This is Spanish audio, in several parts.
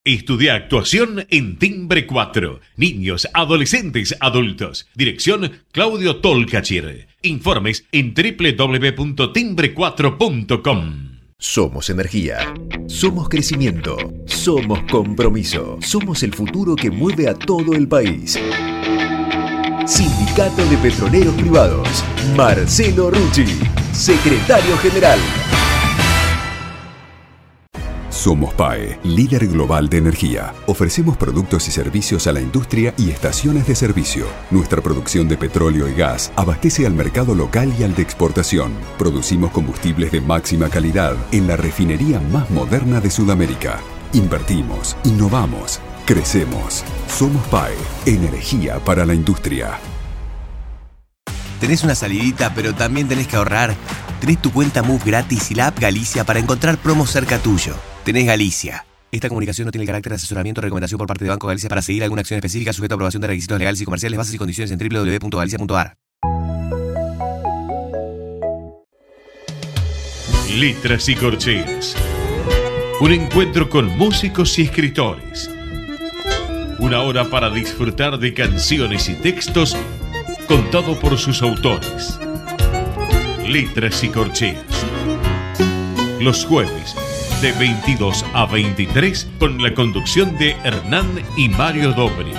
Estudia actuación en Timbre 4. Niños, adolescentes, adultos. Dirección Claudio Tolcachir. Informes en www.timbre4.com. Somos energía. Somos crecimiento. Somos compromiso. Somos el futuro que mueve a todo el país. Sindicato de Petroleros Privados. Marcelo Rucci, secretario general. Somos PAE, líder global de energía. Ofrecemos productos y servicios a la industria y estaciones de servicio. Nuestra producción de petróleo y gas abastece al mercado local y al de exportación. Producimos combustibles de máxima calidad en la refinería más moderna de Sudamérica. Invertimos, innovamos, crecemos. Somos PAE, energía para la industria. ¿Tenés una salidita pero también tenés que ahorrar? Tenés tu cuenta Move gratis y la app Galicia para encontrar promos cerca tuyo. Tenés Galicia. Esta comunicación no tiene el carácter de asesoramiento o recomendación por parte de Banco Galicia para seguir alguna acción específica sujeta a aprobación de requisitos legales y comerciales. Bases y condiciones en www.galicia.ar. Letras y corcheas. Un encuentro con músicos y escritores. Una hora para disfrutar de canciones y textos contado por sus autores. Letras y corcheas. Los jueves de 22 a 23 con la conducción de Hernán y Mario Dobri.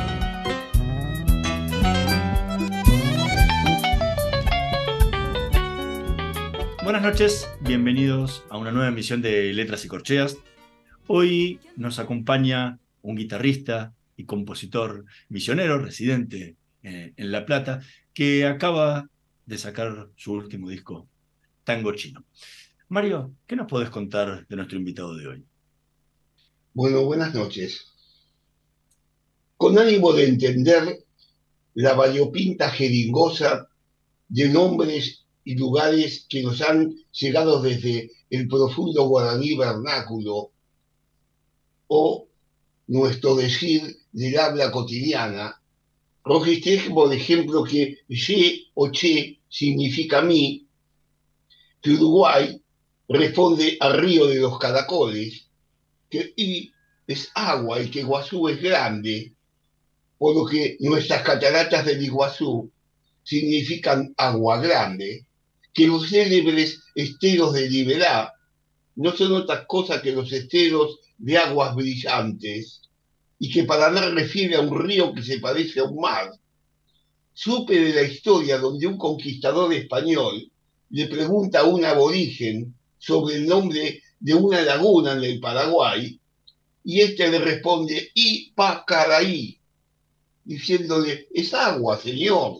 Buenas noches, bienvenidos a una nueva emisión de Letras y Corcheas. Hoy nos acompaña un guitarrista y compositor misionero residente en La Plata que acaba de sacar su último disco, Tango Chino. Mario, ¿qué nos podés contar de nuestro invitado de hoy? Bueno, buenas noches. Con ánimo de entender la variopinta jeringosa de nombres y lugares que nos han llegado desde el profundo guaraní vernáculo o nuestro decir del habla cotidiana, registré, por ejemplo, que ye o che significa mí, que Uruguay responde al río de los caracoles, que I es agua y que Iguazú es grande, por lo que nuestras cataratas del Iguazú significan agua grande, que los célebres esteros de Liberá no son otra cosa que los esteros de aguas brillantes, y que Paraná refiere a un río que se parece a un mar. Supe de la historia donde un conquistador español le pregunta a un aborigen sobre el nombre de una laguna en el Paraguay, y este le responde Ipacaraí, diciéndole, es agua, señor.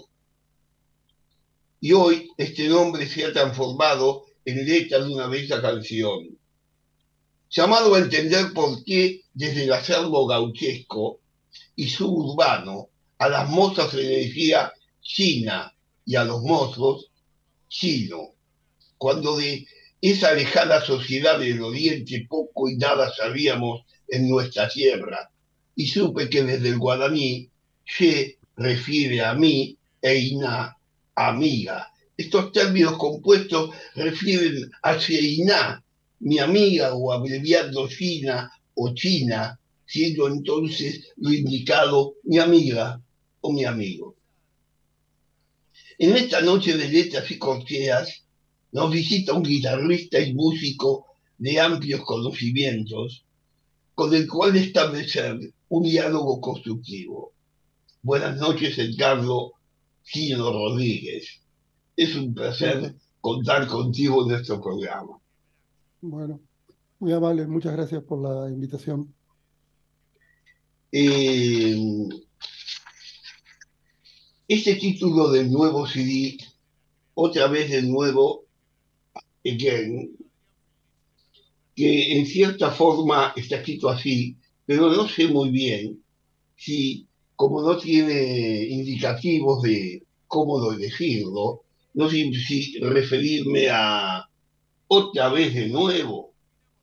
Y hoy este nombre se ha transformado en letra de una bella canción. Llamado a entender por qué desde el acervo gauchesco y suburbano a las mozas se le decía China y a los mozos chino, cuando de esa lejana sociedad del oriente poco y nada sabíamos en nuestra tierra, y supe que desde el guaraní ye refiere a mí e iná, amiga. Estos términos compuestos refieren a Seiná, mi amiga, o abreviando China o China, siendo entonces lo indicado mi amiga o mi amigo. En esta noche de letras y corcheas nos visita un guitarrista y músico de amplios conocimientos, con el cual establecer un diálogo constructivo. Buenas noches, Edgardo Gino Rodríguez. Es un placer contar contigo en nuestro programa. Bueno, muy amable, muchas gracias por la invitación. Este título del nuevo CD, otra vez de nuevo, Again, que en cierta forma está escrito así, pero no sé muy bien si, como no tiene indicativos de cómo elegirlo, no sé si referirme a otra vez de nuevo,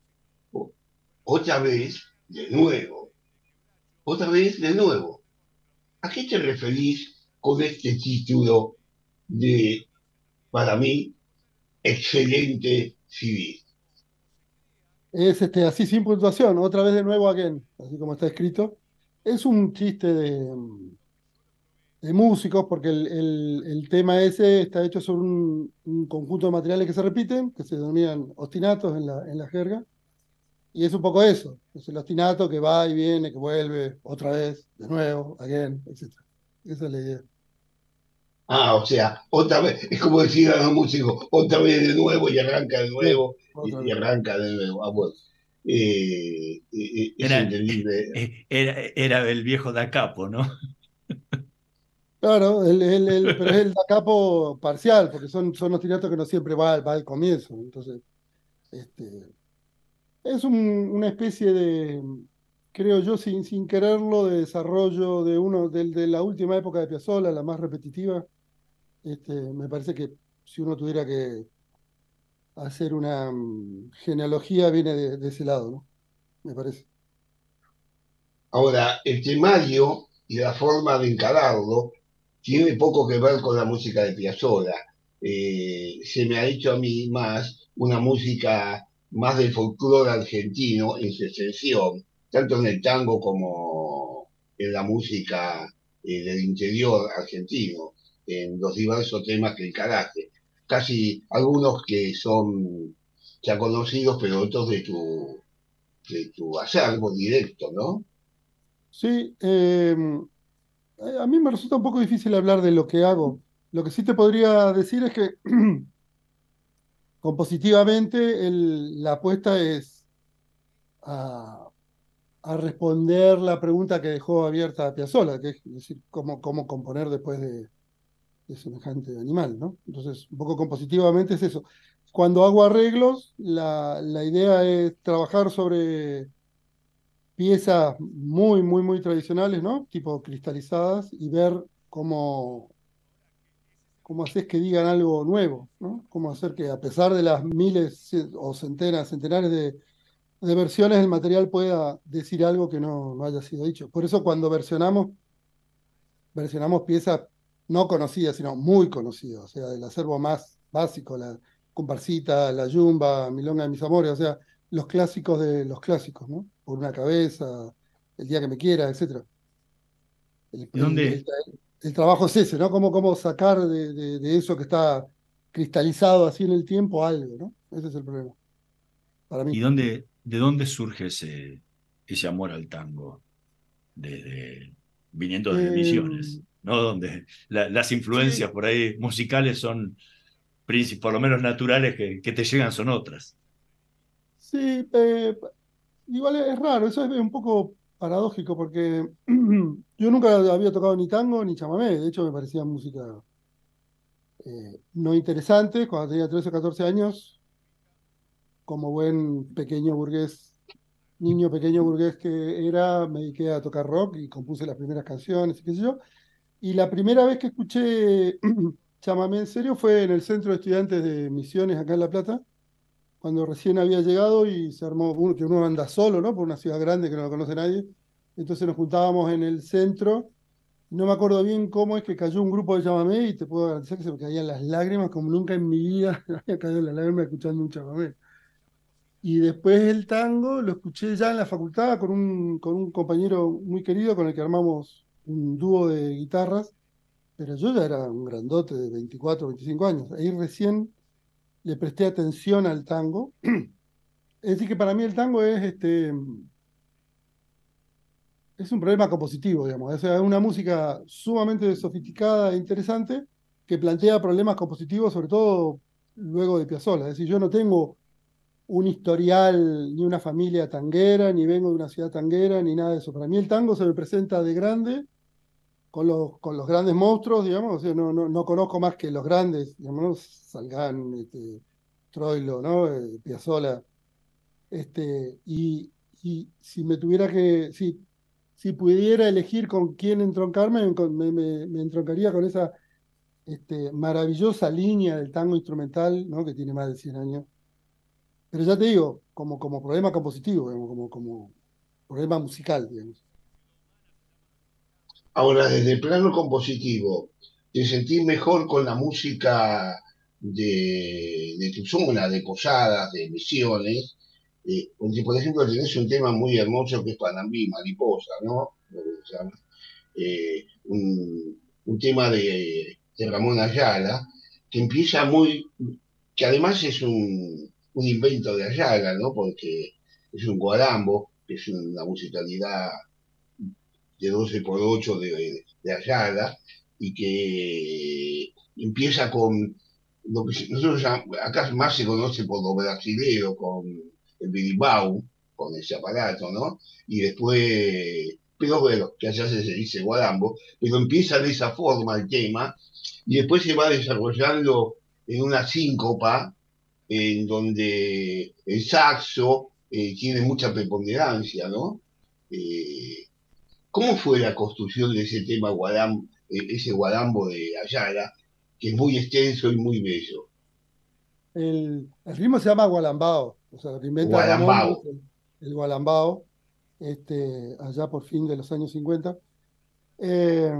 otra vez de nuevo, otra vez de nuevo. ¿A qué te referís con este título de, para mí, excelente CD? Es así sin puntuación, otra vez de nuevo again, así como está escrito. Es un chiste de músicos, porque el tema ese está hecho sobre un conjunto de materiales que se repiten, que se denominan ostinatos en la jerga, y es un poco eso, es el ostinato que va y viene, que vuelve, otra vez, de nuevo, again, etc. Esa es la idea. Ah, o sea, otra vez, es como decir a los músicos, otra vez de nuevo y arranca de Bien, nuevo otra y vez. arranca de nuevo. Ah, bueno, es Era, entendible. era el viejo da capo, ¿no? Claro, pero es el da capo parcial, porque son ostinatos que no siempre va al comienzo. Entonces, este, es una especie de, creo yo, sin quererlo, de desarrollo de la última época de Piazzolla, la más repetitiva. Me parece que si uno tuviera que hacer una genealogía, viene de ese lado, ¿no? Me parece. Ahora, el temario y la forma de encararlo tiene poco que ver con la música de Piazzolla. Se me ha hecho a mí más una música más del folclore argentino en su extensión, tanto en el tango como en la música del interior argentino, en los diversos temas que encaraste. Casi algunos que son ya conocidos, pero otros de tu acervo directo, ¿no? Sí, a mí me resulta un poco difícil hablar de lo que hago. Lo que sí te podría decir es que compositivamente la apuesta es a, a responder la pregunta que dejó abierta Piazzolla, que es decir, cómo componer después de semejante animal, ¿no? Entonces, un poco compositivamente es eso. Cuando hago arreglos, la idea es trabajar sobre piezas muy tradicionales, ¿no? Tipo cristalizadas y ver cómo haces que digan algo nuevo, ¿no? Cómo hacer que a pesar de las miles o centenares de versiones, el material pueda decir algo que no haya sido dicho. Por eso cuando versionamos piezas no conocidas, sino muy conocidas, o sea, del acervo más básico, la comparsita, la yumba, Milonga de mis amores, o sea, los clásicos de los clásicos, ¿no? Por una cabeza, el día que me quiera, etc. El, ¿Y el- el- dónde, el trabajo es ese, ¿no? Cómo sacar de eso que está cristalizado así en el tiempo algo, ¿no? Ese es el problema, para mí. de dónde surge ese amor al tango? Viniendo desde Eh, Misiones, ¿no? Donde las influencias sí, por ahí musicales son, por lo menos naturales, que te llegan son otras. sí, igual es raro, eso es un poco paradójico porque yo nunca había tocado ni tango ni chamamé, de hecho me parecía música no interesante. Cuando tenía 13 o 14 años, como buen pequeño burgués, niño pequeño burgués que era, me dediqué a tocar rock y compuse las primeras canciones y qué sé yo. Y la primera vez que escuché chamamé en serio fue en el Centro de Estudiantes de Misiones acá en La Plata, cuando recién había llegado y se armó, que uno anda solo, ¿no? Por una ciudad grande que no lo conoce nadie. Entonces nos juntábamos en el centro. No me acuerdo bien cómo es que cayó un grupo de chamamé y te puedo garantizar que se me caían las lágrimas como nunca en mi vida había caído las lágrimas escuchando un chamamé. Y después el tango lo escuché ya en la facultad con un compañero muy querido con el que armamos un dúo de guitarras, pero yo ya era un grandote de 24 25 años. Ahí recién le presté atención al tango. Es decir, que para mí el tango es un problema compositivo, digamos. O sea, es una música sumamente sofisticada e interesante que plantea problemas compositivos, sobre todo luego de Piazzolla. Es decir, yo no tengo un historial ni una familia tanguera, ni vengo de una ciudad tanguera, ni nada de eso. Para mí el tango se me presenta de grande con los grandes monstruos, digamos. O sea, no conozco más que los grandes, digamos, ¿no? Salgán, Troilo, ¿no? Piazzolla. Y si me tuviera que, si pudiera elegir con quién entroncarme, me entroncaría con esa maravillosa línea del tango instrumental, ¿no? Que tiene más de 100 años. Pero ya te digo, como problema compositivo, digamos, como problema musical, digamos. Ahora, desde el plano compositivo, ¿te sentís mejor con la música de tu zona, de Posadas, de Misiones, Porque, por ejemplo, tenés un tema muy hermoso que es Panambí, Mariposa, ¿no? Lo que se llama. Un tema de Ramón Ayala, que empieza que además es un invento de Ayala, ¿no? Porque es un guarambo, que es una musicalidad de 12 por 8 de Ayala, y que empieza con lo que nosotros acá más se conoce por lo brasilero, con el berimbau, con ese aparato, ¿no? Y después, pero bueno, que allá se dice guarambo, pero empieza de esa forma el tema, y después se va desarrollando en una síncopa, en donde el saxo tiene mucha preponderancia, ¿no? Eh, ¿Cómo fue la construcción de ese tema ese guarambo de Ayala, que es muy extenso y muy bello? El ritmo se llama gualambao, o sea, lo que inventa Ramón Guarambao. es el gualambao, allá por fin de los años 50. Eh,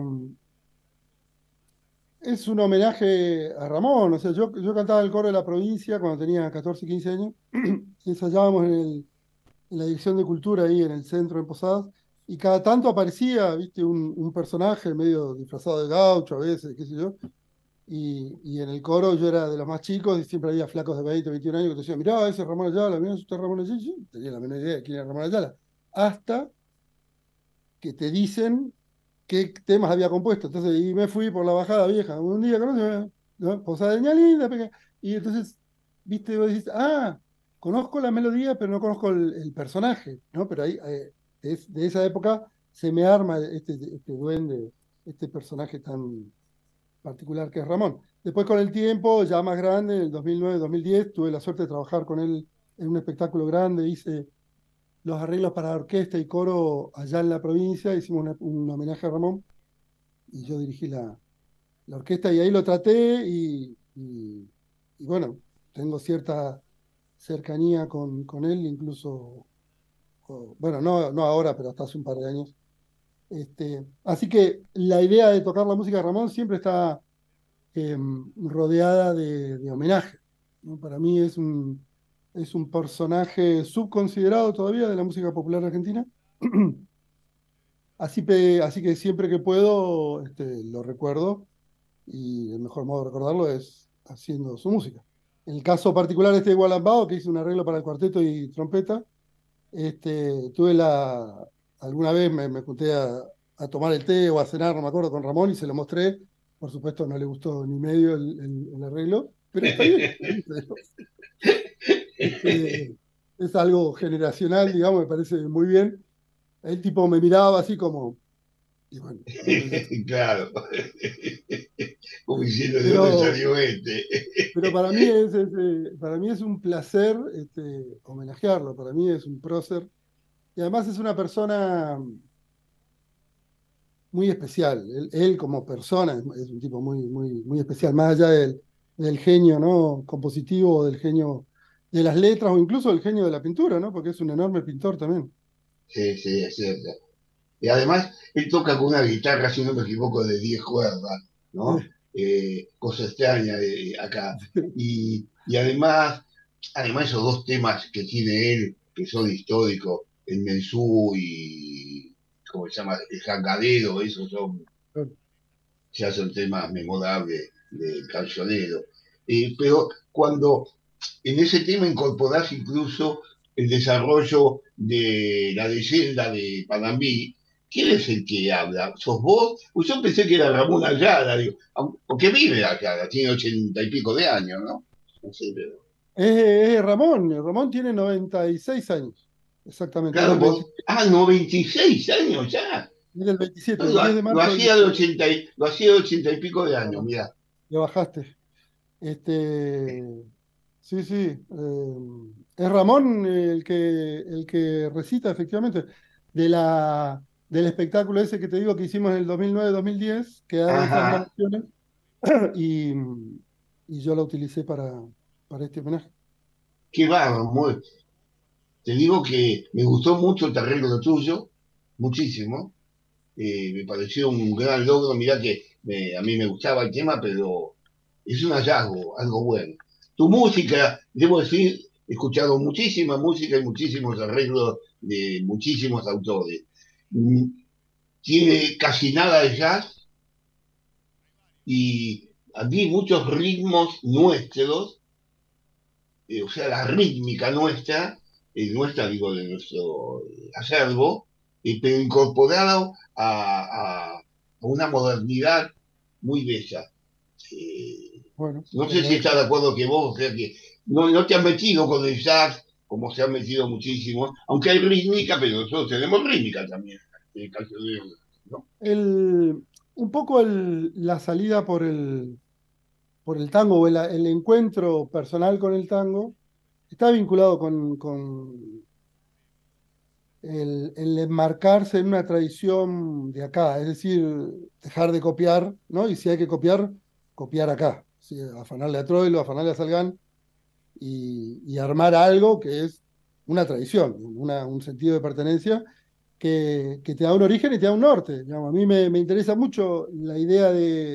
es un homenaje a Ramón, o sea, yo cantaba el coro de la provincia cuando tenía 14, 15 años, ensayábamos en la Dirección de Cultura ahí en el centro en Posadas, y cada tanto aparecía, viste, un personaje medio disfrazado de gaucho a veces, qué sé yo, y en el coro yo era de los más chicos y siempre había flacos de 20, 21 años que te decían, mirá, ese es Ramón Ayala, mirá, ese es Ramón Ayala. Yo no tenía la menor idea de quién era Ramón Ayala. Hasta que te dicen qué temas había compuesto. Entonces, y me fui por la bajada vieja. Un día, ¿conoces? ¿No? Posada de Linda, y entonces, viste, vos decís, conozco la melodía, pero no conozco el personaje, ¿no? Pero ahí, de esa época, se me arma este duende, este personaje tan particular que es Ramón. Después con el tiempo, ya más grande, en el 2009-2010, tuve la suerte de trabajar con él en un espectáculo grande, hice los arreglos para orquesta y coro allá en la provincia, hicimos un homenaje a Ramón y yo dirigí la orquesta y ahí lo traté y bueno, tengo cierta cercanía con él, incluso, bueno, no ahora, pero hasta hace un par de años. Así que la idea de tocar la música de Ramón siempre está rodeada de homenaje, ¿no? Para mí es un personaje subconsiderado todavía de la música popular argentina. Así que siempre que puedo lo recuerdo y el mejor modo de recordarlo es haciendo su música. En el caso particular de Gualambao, que hice un arreglo para el cuarteto y trompeta, tuve alguna vez me junté a tomar el té o a cenar, no me acuerdo, con Ramón y se lo mostré. Por supuesto no le gustó ni medio el arreglo, pero está bien. Es algo generacional, digamos, me parece muy bien. El tipo me miraba así como, y bueno, Claro, como diciendo de dónde pero, salió este. pero para mí es un placer homenajearlo, para mí es un prócer, y además es una persona muy especial. Él como persona es un tipo muy especial, más allá del genio, ¿no? Compositivo, del genio de las letras o incluso del genio de la pintura, ¿no? Porque es un enorme pintor también. Sí, sí, es cierto. Y además, él toca con una guitarra, si no me equivoco, de 10 cuerdas, ¿no? Cosa extraña acá. Y además esos dos temas que tiene él, que son históricos, el Mensú y, ¿cómo se llama? El Jangadero, esos ya son temas memorables del cancionero. Pero cuando en ese tema incorporás incluso el desarrollo de la leyenda de Panambí, ¿quién es el que habla? ¿Sos vos? Pues yo pensé que era Ramón Ayala, digo, porque vive Ayala, tiene 80 y pico de años, ¿no? No sé, pero... Es Ramón, Ramón tiene 96 años, exactamente, Claro, vos... 96 años ya. es del 27, No, el 10 de lo marzo del hacía de 27. 80 lo hacía de 80 y pico de años, mira. Le bajaste. Sí, sí. Es Ramón el que recita efectivamente del espectáculo ese que te digo que hicimos en el 2009-2010, quedaron esas Ajá, grabaciones y, y yo la utilicé para este homenaje. qué bárbaro, te digo que me gustó mucho el terreno tuyo, muchísimo. Me pareció un gran logro. Mirá que a mí me gustaba el tema, pero es un hallazgo, algo bueno. Tu música, debo decir, he escuchado muchísima música y muchísimos arreglos de muchísimos autores. Tiene casi nada de jazz y a mí muchos ritmos nuestros, o sea, la rítmica nuestra, digo, de nuestro acervo, pero incorporado a una modernidad muy bella. Bueno, No sé si estás de acuerdo que vos, o sea que no te has metido con el jazz como se han metido muchísimos, aunque hay rítmica, pero nosotros tenemos rítmica también, en el caso de, ¿no? un poco la salida por el tango o el encuentro personal con el tango está vinculado con el enmarcarse en una tradición de acá, es decir, dejar de copiar, ¿no? Y si hay que copiar, copiar acá. ¿Sí? Afanarle a Troilo, afanarle a Salgán y armar algo que es una tradición, un sentido de pertenencia que te da un origen y te da un norte. Digamos, a mí me interesa mucho la idea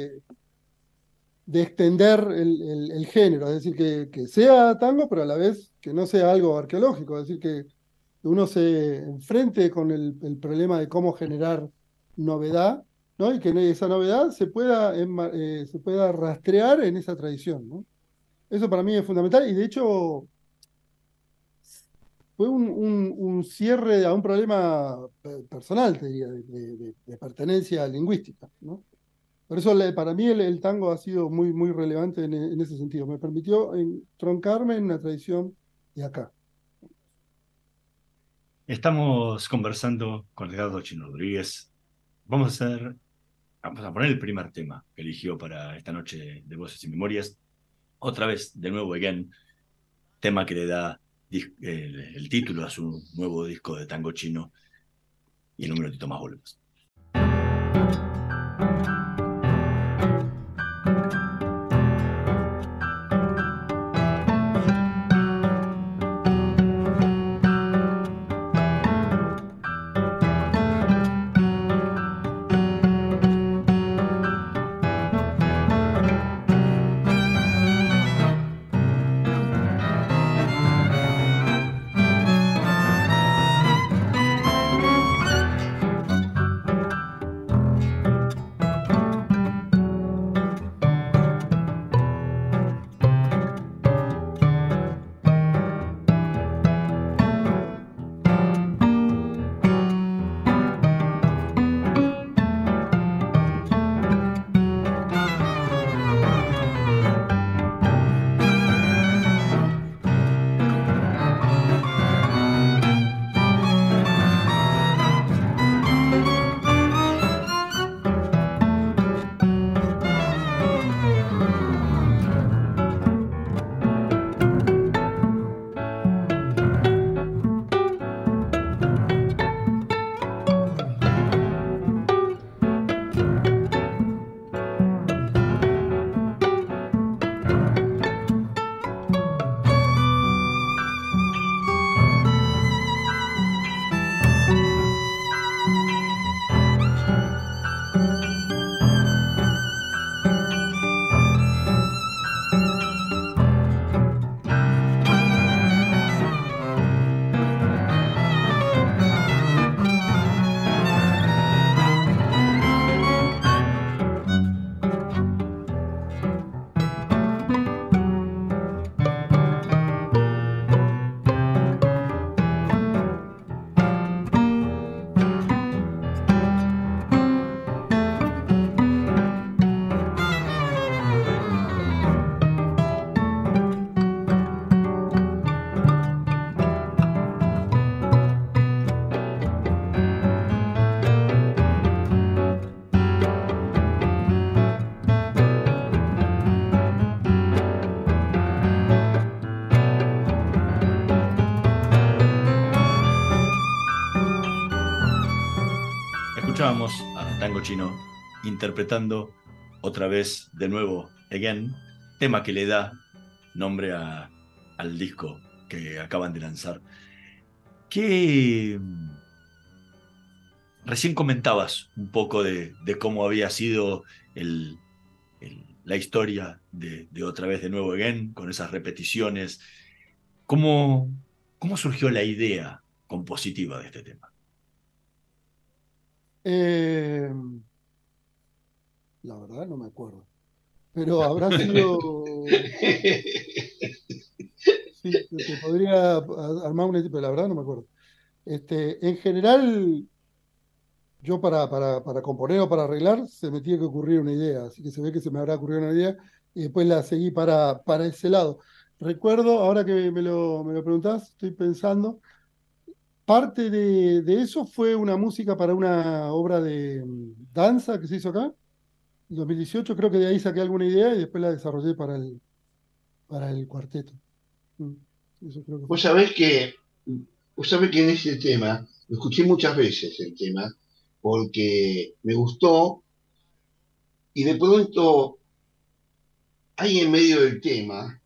de extender el género, es decir, que sea tango, pero a la vez que no sea algo arqueológico, es decir, que uno se enfrente con el problema de cómo generar novedad, ¿no? Y que esa novedad se pueda rastrear en esa tradición, ¿no? Eso para mí es fundamental y de hecho fue un cierre a un problema personal, te diría, de pertenencia lingüística, ¿no? Por eso para mí el tango ha sido muy, muy relevante en ese sentido. Me permitió troncarme en una tradición de acá. Estamos conversando con Edgardo Chino Rodríguez. Vamos a poner el primer tema que eligió para esta noche de Voces y Memorias. Otra vez, de nuevo, Again, tema que le da el título a su nuevo disco de tango chino. Y en un minutito más volvemos. Escuchábamos a Tango Chino interpretando otra vez de nuevo Again, tema que le da nombre al disco que acaban de lanzar. Que recién comentabas un poco de cómo había sido la historia de otra vez de nuevo Again, con esas repeticiones. ¿Cómo surgió la idea compositiva de este tema? La verdad no me acuerdo. Pero habrá sido... Sí, te podría armar un... Pero la verdad no me acuerdo. En general, yo para componer o para arreglar, se me tiene que ocurrir una idea. Así que se ve que se me habrá ocurrido una idea y después la seguí para ese lado. Recuerdo, ahora que me lo preguntás, estoy pensando, parte de eso fue una música para una obra de danza que se hizo acá, en 2018, creo que de ahí saqué alguna idea y después la desarrollé para el cuarteto. Eso creo que fue. Vos sabés que en ese tema, lo escuché muchas veces el tema, porque me gustó, y de pronto hay en medio del tema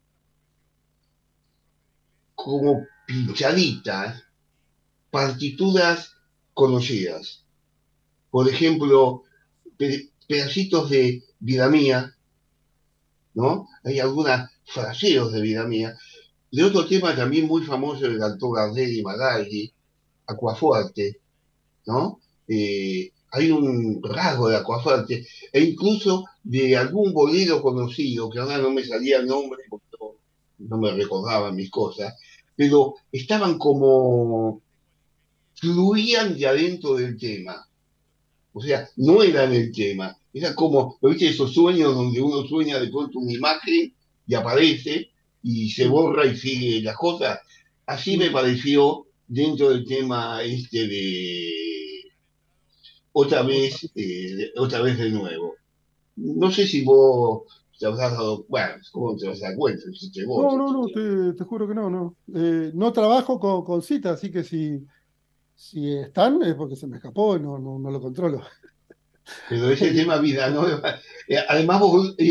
como pinchaditas, partituras conocidas. Por ejemplo, pedacitos de Vida Mía, ¿no? Hay algunos fraseos de Vida Mía. De otro tema también muy famoso del actor Gardel y Magaldi, Aquaforte, ¿no? Hay un rasgo de Aquaforte, e incluso de algún bolero conocido, que ahora no me salía el nombre porque no me recordaba mis cosas, pero estaban como, fluían de adentro del tema. O sea, no eran el tema, era como, ¿viste esos sueños donde uno sueña de pronto una imagen y aparece y se borra y sigue las cosas? Así me pareció dentro del tema de otra vez de nuevo. No sé si vos te habrás dado, bueno, ¿cómo te vas a dar cuenta? No, te juro que no. No trabajo con citas, así que si están es porque se me escapó y no lo controlo. Pero ese tema Vida Nueva, además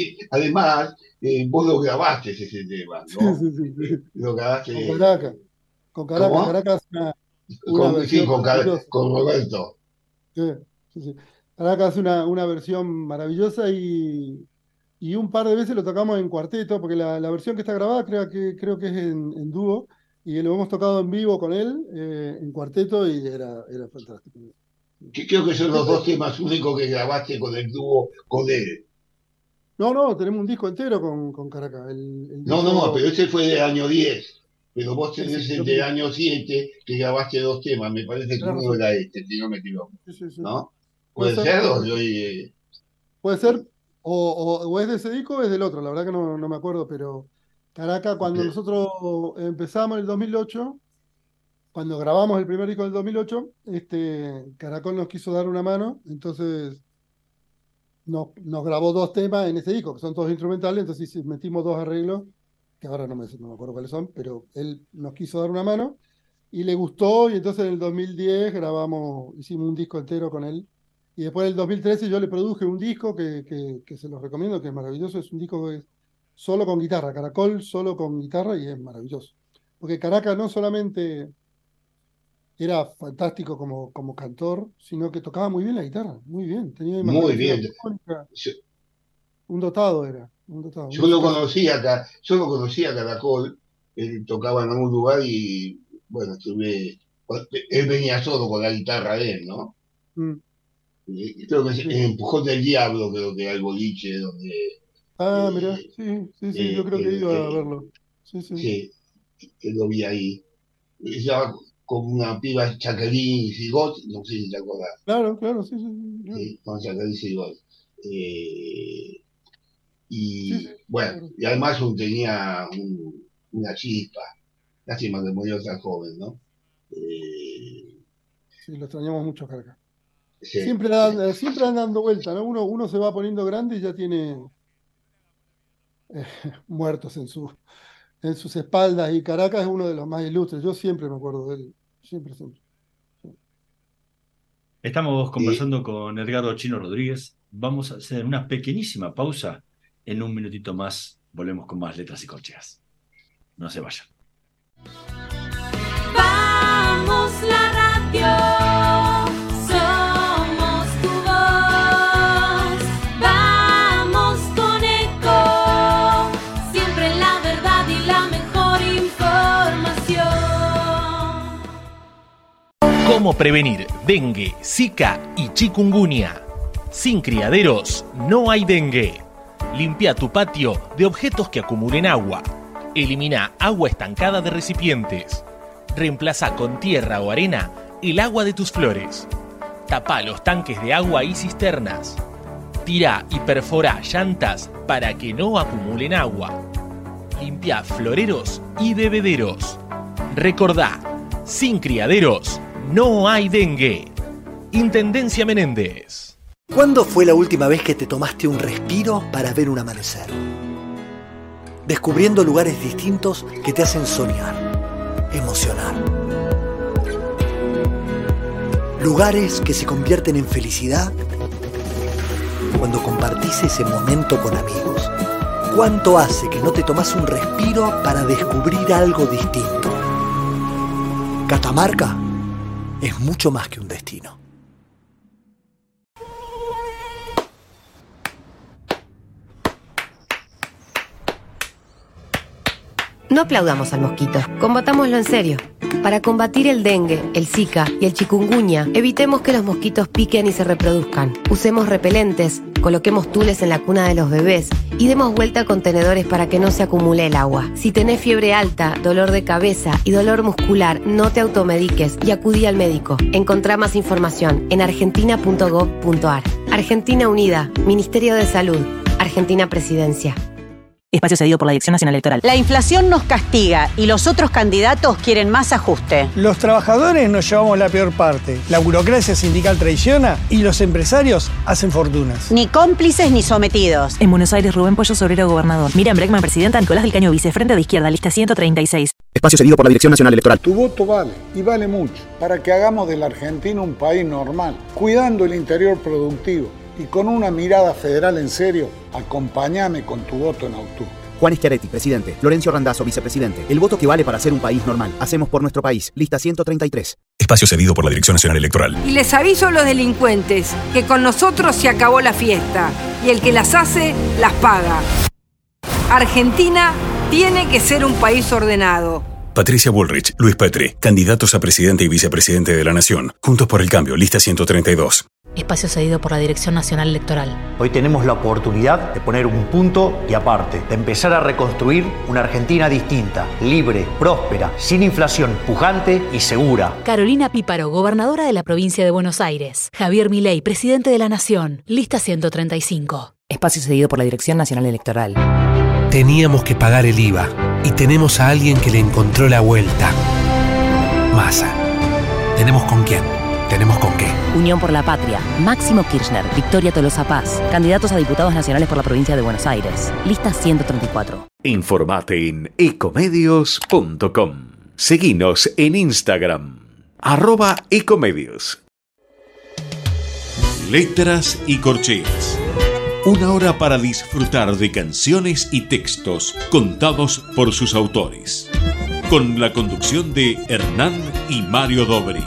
vos lo grabaste ese tema, ¿no? Sí. Lo grabaste. Con Caracas. ¿Cómo? Caracas una versión maravillosa. Con Roberto. Sí. Caracas una versión maravillosa y un par de veces lo tocamos en cuarteto, porque la versión que está grabada creo que es en dúo, y lo hemos tocado en vivo con él, en cuarteto, y era fantástico. Que creo que son los dos temas únicos que grabaste con el dúo con él. No, tenemos un disco entero con Caracas. No, pero ese fue del año 10. Pero vos tenés el del sí. año 7 que grabaste dos temas. Me parece que uno era si no me equivoco. Sí. ¿No? ¿Puede ser? Puede ser, o es de ese disco o es del otro, la verdad que no me acuerdo, pero Caracas, cuando nosotros empezamos en el 2008, cuando grabamos el primer disco del 2008, Caracol nos quiso dar una mano, entonces nos grabó dos temas en ese disco, que son todos instrumentales, entonces metimos dos arreglos, que ahora no me acuerdo cuáles son, pero él nos quiso dar una mano y le gustó, y entonces en el 2010 hicimos un disco entero con él, y después en el 2013 yo le produje un disco que se los recomiendo, que es maravilloso, es un disco que es solo con guitarra, Caracol solo con guitarra, y es maravilloso, porque Caracas no solamente era fantástico como cantor, sino que tocaba muy bien la guitarra, muy bien, tenía Muy imaginación bien. armónica, un dotado era, Yo lo conocía a Caracol, él tocaba en algún lugar y, bueno, él venía solo con la guitarra de él, ¿no? Creo que es el Empujón del Diablo, creo que hay boliche donde... mirá, sí, yo creo que he ido a verlo. Sí, que lo vi ahí. Estaba con una piba Jacqueline y Sigot, no sé si te acordás. Claro, sí. Sí, con Jacqueline y Sigot. Bueno, y además tenía una chispa. Lástima que murió tan joven, ¿no? Sí, lo extrañamos mucho, Caracas. Sí, siempre andan dando vuelta, ¿no? Uno se va poniendo grande y ya tiene muertos en sus espaldas, y Caracas es uno de los más ilustres. Yo siempre me acuerdo de él, siempre. Estamos conversando con Edgardo Chino Rodríguez. Vamos a hacer una pequeñísima pausa. En un minutito más volvemos con más Letras y Corcheas. No se vayan. Vamos la radio, somos tu voz. Vamos con Eco, siempre la verdad y la mejor información. ¿Cómo prevenir dengue, zika y chikungunya? Sin criaderos no hay dengue. Limpia tu patio de objetos que acumulen agua. Elimina agua estancada de recipientes. Reemplaza con tierra o arena el agua de tus flores. Tapa los tanques de agua y cisternas. Tira y perfora llantas para que no acumulen agua. Limpia floreros y bebederos. Recordá, sin criaderos no hay dengue. Intendencia Menéndez. ¿Cuándo fue la última vez que te tomaste un respiro para ver un amanecer? Descubriendo lugares distintos que te hacen soñar, emocionar. Lugares que se convierten en felicidad cuando compartís ese momento con amigos. ¿Cuánto hace que no te tomás un respiro para descubrir algo distinto? Catamarca es mucho más que un destino. No aplaudamos al mosquito, combatámoslo en serio. Para combatir el dengue, el zika y el chikungunya, evitemos que los mosquitos piquen y se reproduzcan. Usemos repelentes, coloquemos tules en la cuna de los bebés y demos vuelta a contenedores para que no se acumule el agua. Si tenés fiebre alta, dolor de cabeza y dolor muscular, no te automediques y acudí al médico. Encontrá más información en argentina.gov.ar. Argentina Unida, Ministerio de Salud, Argentina Presidencia. Espacio cedido por la Dirección Nacional Electoral. La inflación nos castiga y los otros candidatos quieren más ajuste. Los trabajadores nos llevamos la peor parte. La burocracia sindical traiciona y los empresarios hacen fortunas. Ni cómplices ni sometidos. En Buenos Aires, Rubén Pollo, Sobrero, gobernador. Miriam Bregman, presidenta. Nicolás del Caño, vice. Frente de Izquierda, lista 136. Espacio cedido por la Dirección Nacional Electoral. Tu voto vale, y vale mucho, para que hagamos de la Argentina un país normal, cuidando el interior productivo. Y con una mirada federal en serio, acompáñame con tu voto en octubre. Juan Schiaretti, presidente. Florencio Randazzo, vicepresidente. El voto que vale para ser un país normal. Hacemos por nuestro país. Lista 133. Espacio cedido por la Dirección Nacional Electoral. Y les aviso a los delincuentes que con nosotros se acabó la fiesta. Y el que las hace, las paga. Argentina tiene que ser un país ordenado. Patricia Bullrich, Luis Petri, candidatos a presidente y vicepresidente de la Nación. Juntos por el Cambio, lista 132. Espacio cedido por la Dirección Nacional Electoral. Hoy tenemos la oportunidad de poner un punto y aparte, de empezar a reconstruir una Argentina distinta, libre, próspera, sin inflación, pujante y segura. Carolina Píparo, gobernadora de la provincia de Buenos Aires. Javier Milei, presidente de la Nación. Lista 135. Espacio cedido por la Dirección Nacional Electoral. Teníamos que pagar el IVA y tenemos a alguien que le encontró la vuelta. Massa. ¿Tenemos con quién? ¿Tenemos con qué? Unión por la Patria. Máximo Kirchner, Victoria Tolosa Paz. Candidatos a diputados nacionales por la provincia de Buenos Aires. Lista 134. Informate en ecomedios.com. Seguinos en Instagram. @ecomedios. Letras y corcheas. Una hora para disfrutar de canciones y textos contados por sus autores. Con la conducción de Hernán y Mario Dobri.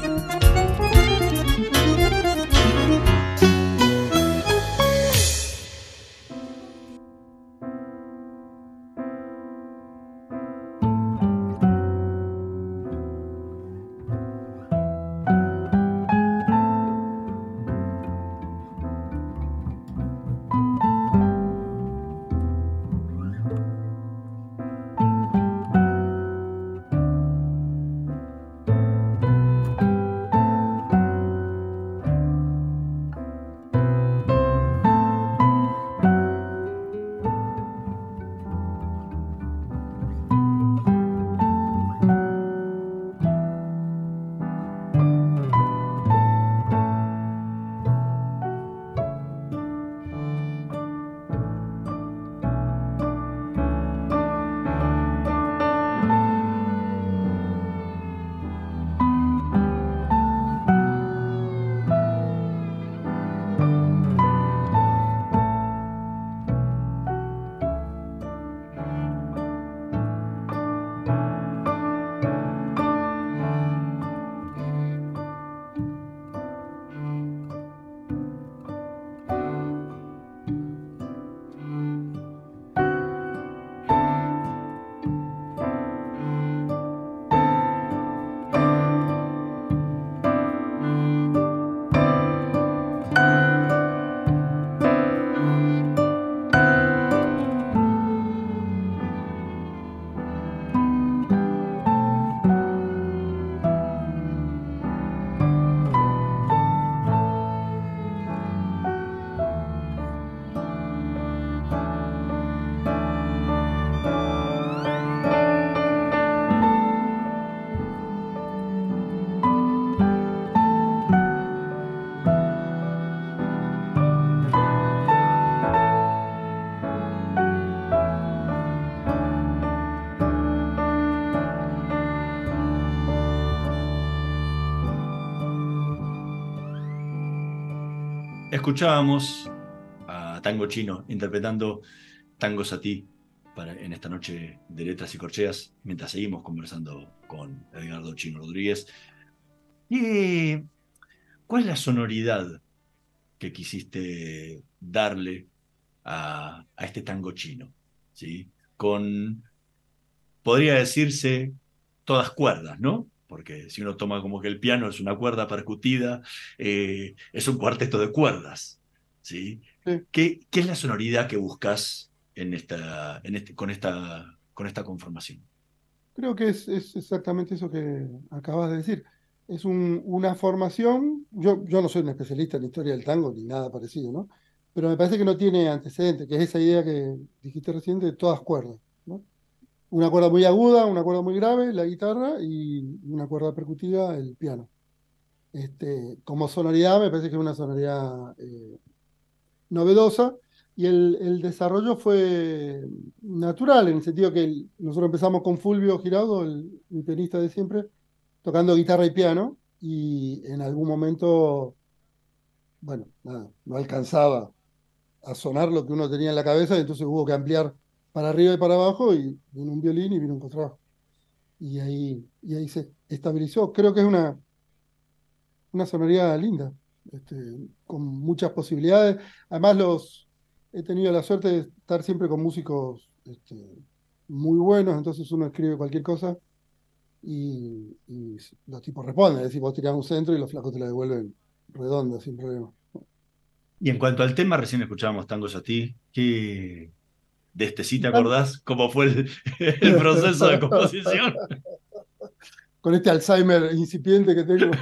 Escuchábamos a Tango Chino interpretando Tangos a ti en esta noche de Letras y Corcheas, mientras seguimos conversando con Edgardo Chino Rodríguez. ¿Y cuál es la sonoridad que quisiste darle a este tango chino? ¿Sí? Con, podría decirse, todas cuerdas, ¿no? Porque si uno toma como que el piano es una cuerda percutida, es un cuarteto de cuerdas, ¿sí? Sí. ¿Qué es la sonoridad que buscas con esta conformación? Creo que es exactamente eso que acabas de decir. Es una formación, yo no soy un especialista en historia del tango ni nada parecido, ¿no? Pero me parece que no tiene antecedente, que es esa idea que dijiste recién de todas cuerdas, ¿no? Una cuerda muy aguda, una cuerda muy grave, la guitarra, y una cuerda percutiva, el piano. Como sonoridad, me parece que es una sonoridad novedosa, y el desarrollo fue natural, en el sentido que nosotros empezamos con Fulvio Giraudo, mi pianista de siempre, tocando guitarra y piano, y en algún momento, bueno, nada, no alcanzaba a sonar lo que uno tenía en la cabeza, y entonces hubo que ampliar para arriba y para abajo, y vino un violín y vino un contrabajo. Y ahí se estabilizó. Creo que es una sonoridad linda, con muchas posibilidades. Además, he tenido la suerte de estar siempre con músicos muy buenos, entonces uno escribe cualquier cosa y los tipos responden. Es decir, vos tirás un centro y los flacos te la devuelven redonda, sin problema. Y en cuanto al tema, recién escuchábamos Tangos a ti. ¿Qué de sí te acordás cómo fue el proceso de composición? Con este Alzheimer incipiente que tengo.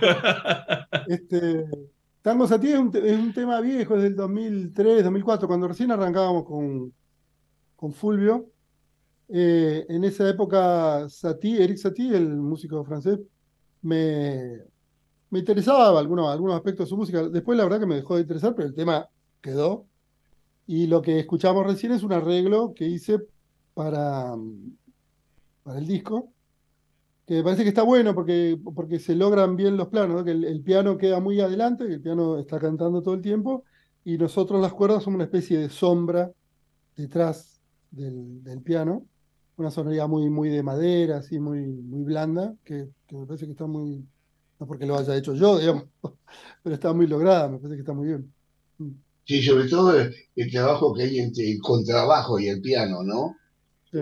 Tangos a ti es un tema viejo, es del 2003, 2004, cuando recién arrancábamos con Fulvio. En esa época Eric Satie, el músico francés, me interesaba algunos aspectos de su música. Después la verdad que me dejó de interesar, pero el tema quedó. Y lo que escuchamos recién es un arreglo que hice para el disco, que me parece que está bueno porque se logran bien los planos, ¿no? Que el piano queda muy adelante, que el piano está cantando todo el tiempo, y nosotros las cuerdas somos una especie de sombra detrás del piano, una sonoridad muy, muy de madera, así muy, muy blanda, que me parece que está muy, no porque lo haya hecho yo, digamos, pero está muy lograda, me parece que está muy bien. Sí, sobre todo el trabajo que hay entre el contrabajo y el piano, ¿no? Sí.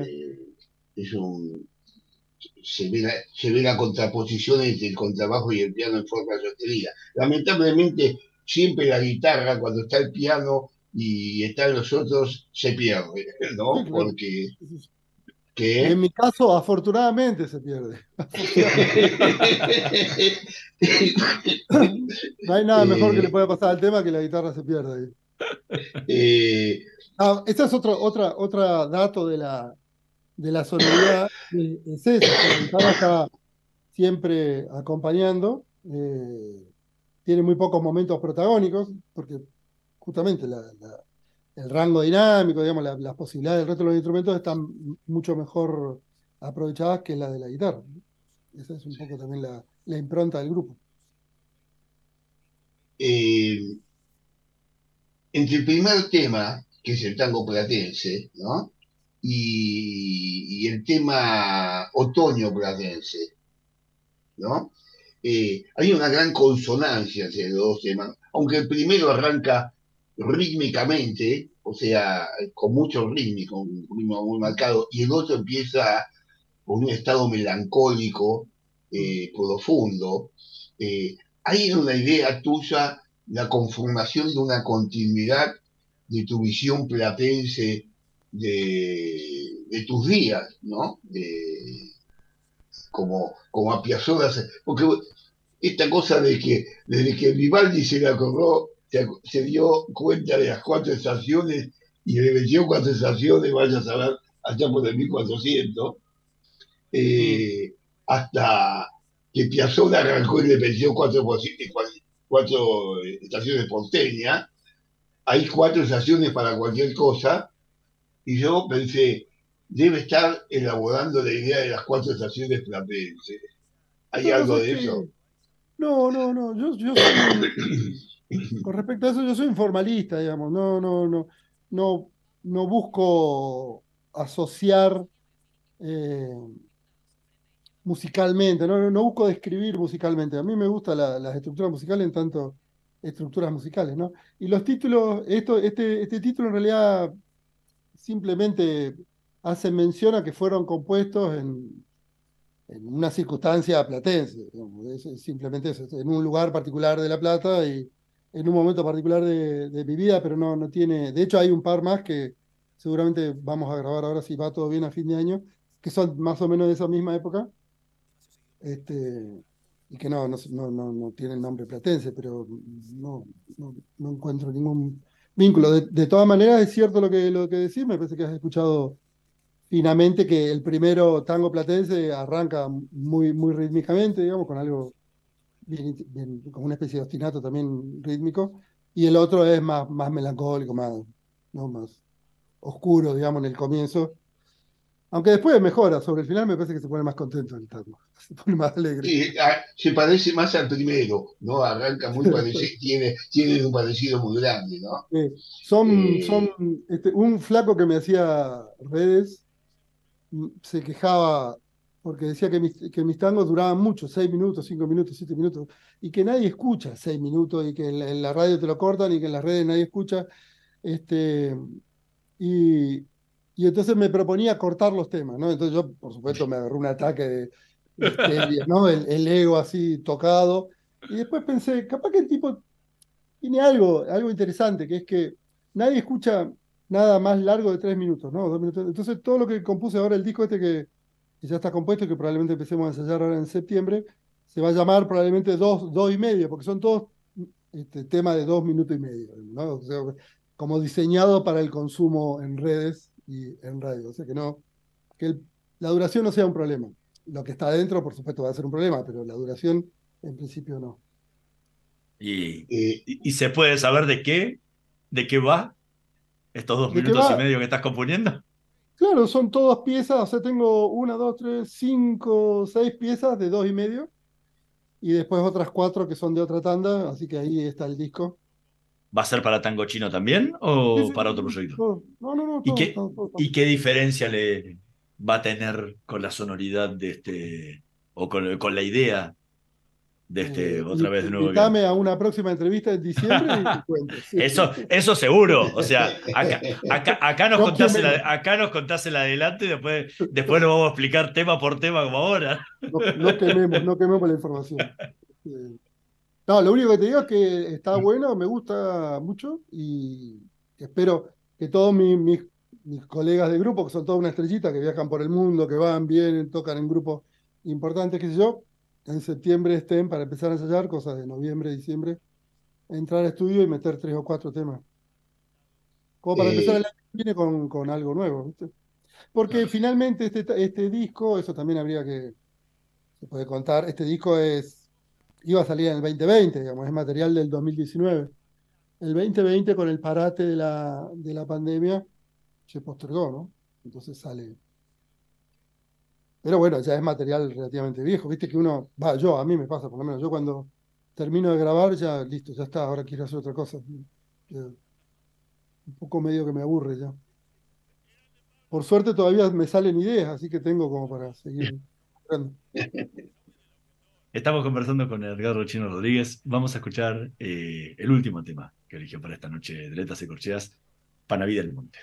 Se ve la contraposición entre el contrabajo y el piano en forma sostenida. Lamentablemente, siempre la guitarra, cuando está el piano y están los otros, se pierde, ¿no? Sí, claro. Porque... Y en mi caso, afortunadamente se pierde. No hay nada mejor que le pueda pasar al tema que la guitarra se pierda. Este es otro dato de la sonoridad, es eso, que la guitarra está siempre acompañando, tiene muy pocos momentos protagónicos, porque justamente el rango dinámico, digamos, las posibilidades del resto de los instrumentos están mucho mejor aprovechadas que la de la guitarra. Esa es un poco también la impronta del grupo. Entre el primer tema, que es el tango platense, ¿no? Y el tema otoño platense, ¿no? Hay una gran consonancia entre los dos temas, aunque el primero arranca rítmicamente, o sea, con mucho rítmico, un ritmo muy marcado, y el otro empieza con un estado melancólico, profundo. Hay una idea tuya, la conformación de una continuidad de tu visión platense de tus días, ¿no? Como a Piazzolla, porque esta cosa de que desde que Vivaldi se le acordó, se dio cuenta de las 4 estaciones y le metió 4 estaciones, vaya a saber, allá por el 1400, hasta que Piazzolla arrancó y le metió 4 estaciones porteñas. Hay 4 estaciones para cualquier cosa, y yo pensé, debe estar elaborando la idea de las 4 estaciones platenses. ¿Hay algo de eso? No. Yo Con respecto a eso, yo soy informalista, digamos, no busco asociar musicalmente, no busco describir musicalmente. A mí me gustan las estructuras musicales en tanto estructuras musicales, ¿no? Y los títulos, este título en realidad simplemente hace mención a que fueron compuestos en una circunstancia platense, digamos. Es simplemente eso, en un lugar particular de La Plata y en un momento particular de mi vida, pero no tiene. De hecho, hay un par más que seguramente vamos a grabar ahora si va todo bien a fin de año, que son más o menos de esa misma época. Y que no tienen nombre platense, pero no encuentro ningún vínculo. De todas maneras, es cierto lo que decís, me parece que has escuchado finamente que el primero, Tango Platense, arranca muy, muy rítmicamente, digamos, con algo bien, como una especie de ostinato también rítmico, y el otro es más melancólico, más oscuro, digamos, en el comienzo. Aunque después mejora, sobre el final me parece que se pone más contento el tango, se pone más alegre. Sí, se parece más al primero, ¿no? Arranca muy parecido, tiene un parecido muy grande, ¿no? Son un flaco que me hacía redes se quejaba porque decía que mis tangos duraban mucho, 6 minutos, 5 minutos, 7 minutos, y que nadie escucha 6 minutos, y que en la radio te lo cortan y que en las redes nadie escucha. Y entonces me proponía cortar los temas, ¿no? Entonces yo, por supuesto, me agarré un ataque de histeria, ¿no? El ego así tocado. Y después pensé, capaz que el tipo tiene algo interesante, que es que nadie escucha nada más largo de 3 minutos, ¿no? 2 minutos. Entonces todo lo que compuse ahora, el disco que ya está compuesto y que probablemente empecemos a ensayar ahora en septiembre, se va a llamar probablemente 2.5, porque son todos temas de 2 minutos y medio, ¿no? O sea, como diseñado para el consumo en redes y en radio. O sea que la duración no sea un problema. Lo que está adentro, por supuesto, va a ser un problema, pero la duración, en principio, no. ¿Y se puede saber de qué va estos 2 minutos y medio que estás componiendo? Claro, son todas piezas, o sea, tengo 1, 2, 3, 5, 6 piezas de 2.5, y después otras 4 que son de otra tanda, así que ahí está el disco. ¿Va a ser para Tango Chino también o Sí, para otro proyecto? No. ¿Y qué diferencia le va a tener con la sonoridad de o con la idea de otra vez de nuevo? Invítame a una próxima entrevista en diciembre y te cuento. Sí. Eso seguro. O sea, acá nos contás el adelante y después lo vamos a explicar tema por tema como ahora. No quememos la información. No, lo único que te digo es que está bueno, me gusta mucho y espero que todos mis colegas de grupo, que son toda una estrellita, que viajan por el mundo, que van, vienen, tocan en grupos importantes, qué sé yo, en septiembre estén para empezar a ensayar, cosas de noviembre, diciembre, entrar al estudio y meter 3 o 4 temas. Como para empezar el año que viene con algo nuevo, ¿viste? Porque finalmente este disco, eso también habría que, se puede contar, este disco iba a salir en el 2020, digamos, es material del 2019. El 2020, con el parate de la pandemia, se postergó, ¿no? Entonces sale. Pero bueno, ya es material relativamente viejo. Viste que a mí me pasa, por lo menos, yo cuando termino de grabar, ya listo, ya está, ahora quiero hacer otra cosa. Un poco medio que me aburre ya. Por suerte todavía me salen ideas, así que tengo como para seguir buscando. Estamos conversando con Edgardo Chino Rodríguez. Vamos a escuchar el último tema que eligió para esta noche de Letras y Corcheas, Panaví del Monte.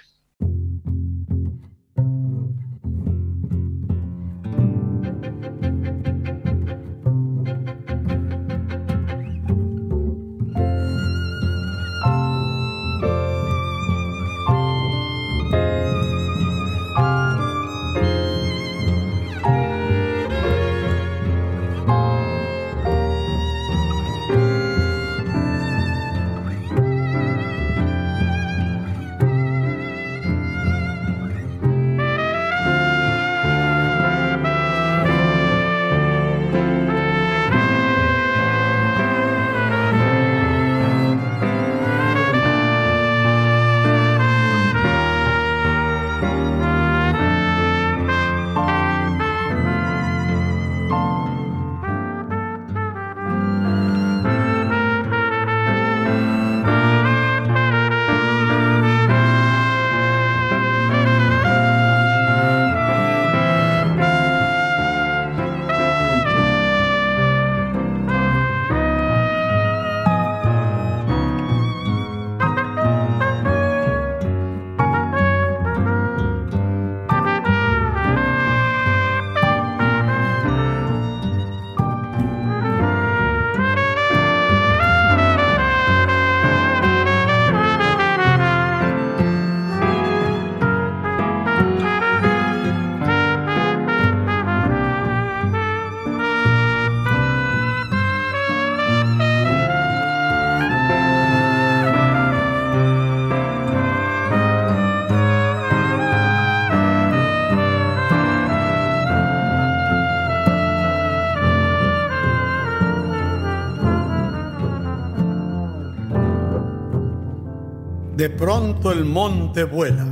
De pronto el monte vuela.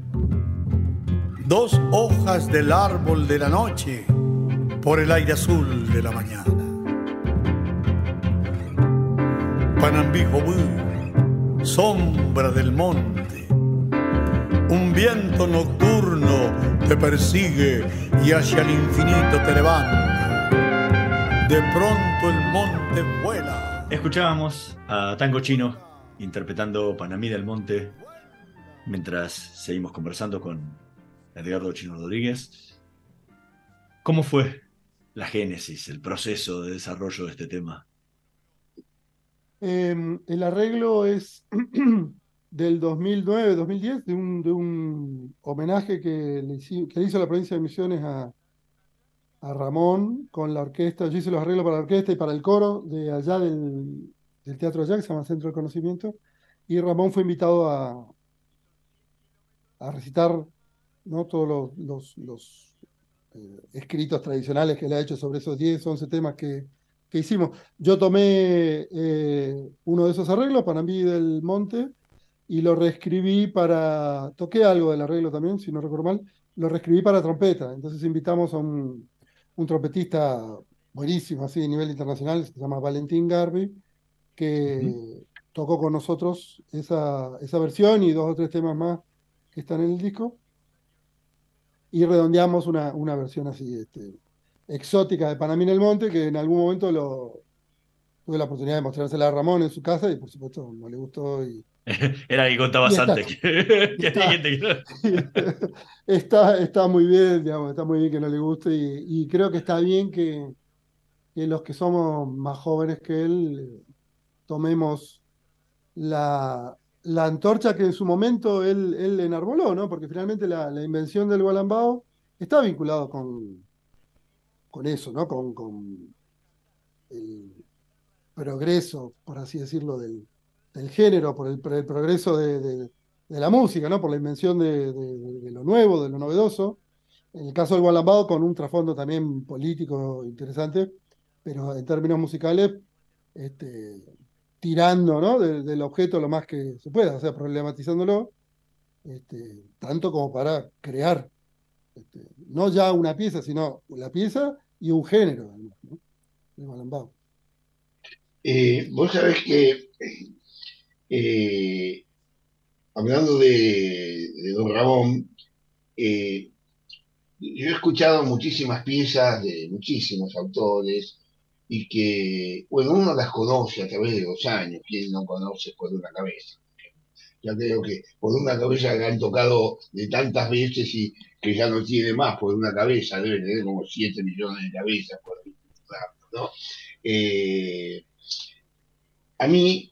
Dos hojas del árbol de la noche por el aire azul de la mañana. Panambijobú, sombra del monte. Un viento nocturno te persigue y hacia el infinito te levanta. De pronto el monte vuela. Escuchábamos a Tango Chino interpretando Panamí del Monte mientras seguimos conversando con Edgardo Chino Rodríguez. ¿Cómo fue la génesis, el proceso de desarrollo de este tema? El arreglo es del 2009-2010, de un homenaje que le hizo la provincia de Misiones a Ramón con la orquesta. Yo hice los arreglos para la orquesta y para el coro de allá del teatro allá, que se llama Centro del Conocimiento, y Ramón fue invitado a recitar, ¿no?, todos los escritos tradicionales que él ha hecho sobre esos 10, 11 temas que hicimos. Yo tomé uno de esos arreglos, Panamí del Monte, y lo reescribí toqué algo del arreglo también, si no recuerdo mal, lo reescribí para trompeta. Entonces invitamos a un trompetista buenísimo, así de nivel internacional, se llama Valentín Garbi, que tocó con nosotros esa versión y 2 o 3 temas más que están en el disco. Y redondeamos una versión así, exótica de Panamí en el Monte, que en algún momento tuve la oportunidad de mostrársela a Ramón en su casa y por supuesto no le gustó. Era que contabas antes. Está muy bien, digamos, está muy bien que no le guste y creo que está bien que los que somos más jóvenes que él tomemos la antorcha que en su momento él enarboló, ¿no? Porque finalmente la invención del gualambao está vinculado con eso, ¿no? Con el progreso, por así decirlo, del género, por el progreso de la música, ¿no? Por la invención de lo nuevo, de lo novedoso. En el caso del gualambao, con un trasfondo también político interesante, pero en términos musicales, tirando, ¿no?, del objeto lo más que se pueda, o sea, problematizándolo, tanto como para crear, no ya una pieza, sino la pieza y un género, ¿no?, el gualambao. Vos sabés que, hablando de don Ramón, yo he escuchado muchísimas piezas de muchísimos autores y que, bueno, uno las conoce a través de los años. ¿Quién no conoce Por una cabeza? Ya creo que Por una cabeza la han tocado de tantas veces y que ya no tiene más Por una cabeza, debe tener como 7 millones de cabezas por ahí, ¿no? A mí,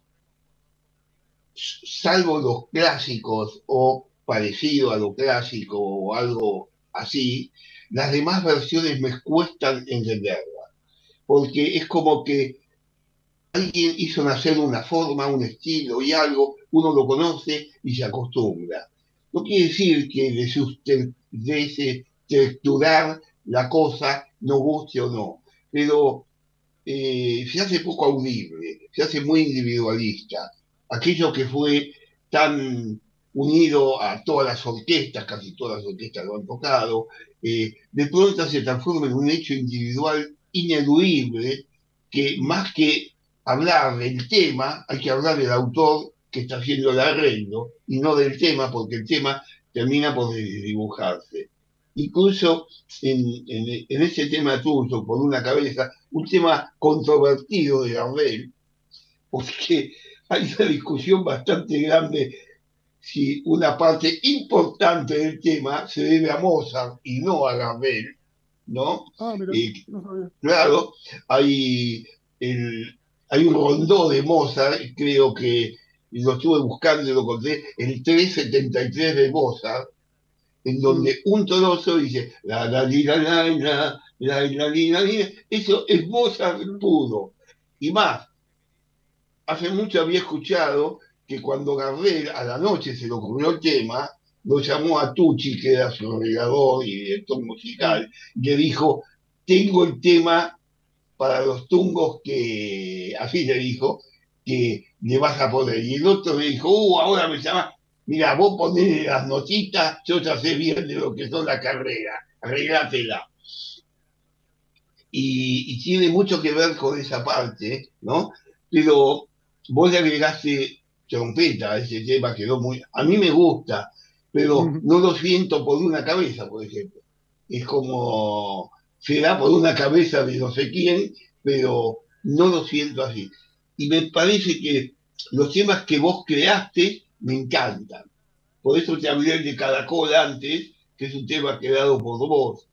salvo los clásicos o parecido a lo clásico o algo así, las demás versiones me cuestan entenderlas, porque es como que alguien hizo nacer una forma, un estilo y algo, uno lo conoce y se acostumbra. No quiere decir que desestructurar la cosa no guste o no, pero se hace poco audible, se hace muy individualista. Aquello que fue tan unido a todas las orquestas, casi todas las orquestas lo han tocado, de pronto se transforma en un hecho individual ineludible, que más que hablar del tema, hay que hablar del autor que está haciendo el arreglo, y no del tema, porque el tema termina por desdibujarse. Incluso en ese tema tuyo, Por una cabeza, un tema controvertido de Gardel, porque hay una discusión bastante grande si una parte importante del tema se debe a Mozart y no a Gardel, ¿no? Mira, no sabía. Claro, hay un rondó de Mozart, creo que lo estuve buscando y lo encontré, el 373 de Mozart, en donde un trozo dice la la li, la la la la la li, la li. Eso es Mozart puro. Y más, hace mucho había escuchado que cuando Gardel a la noche se le ocurrió el tema, lo llamó a Tucci, que era su arreglador y director musical, y le dijo: tengo el tema para los tungos que, así le dijo, que le vas a poner. Y el otro le dijo, ahora me llama, mira, vos ponés las notitas, yo ya sé bien de lo que son la carrera, arreglátela. Y tiene mucho que ver con esa parte, ¿no? Pero vos le agregaste trompeta a ese tema, quedó muy... A mí me gusta, pero no lo siento por una cabeza, por ejemplo. Es como, será por una cabeza de no sé quién, pero no lo siento así. Y me parece que los temas que vos creaste me encantan. Por eso te hablé de Caracol antes, que es un tema creado por vos.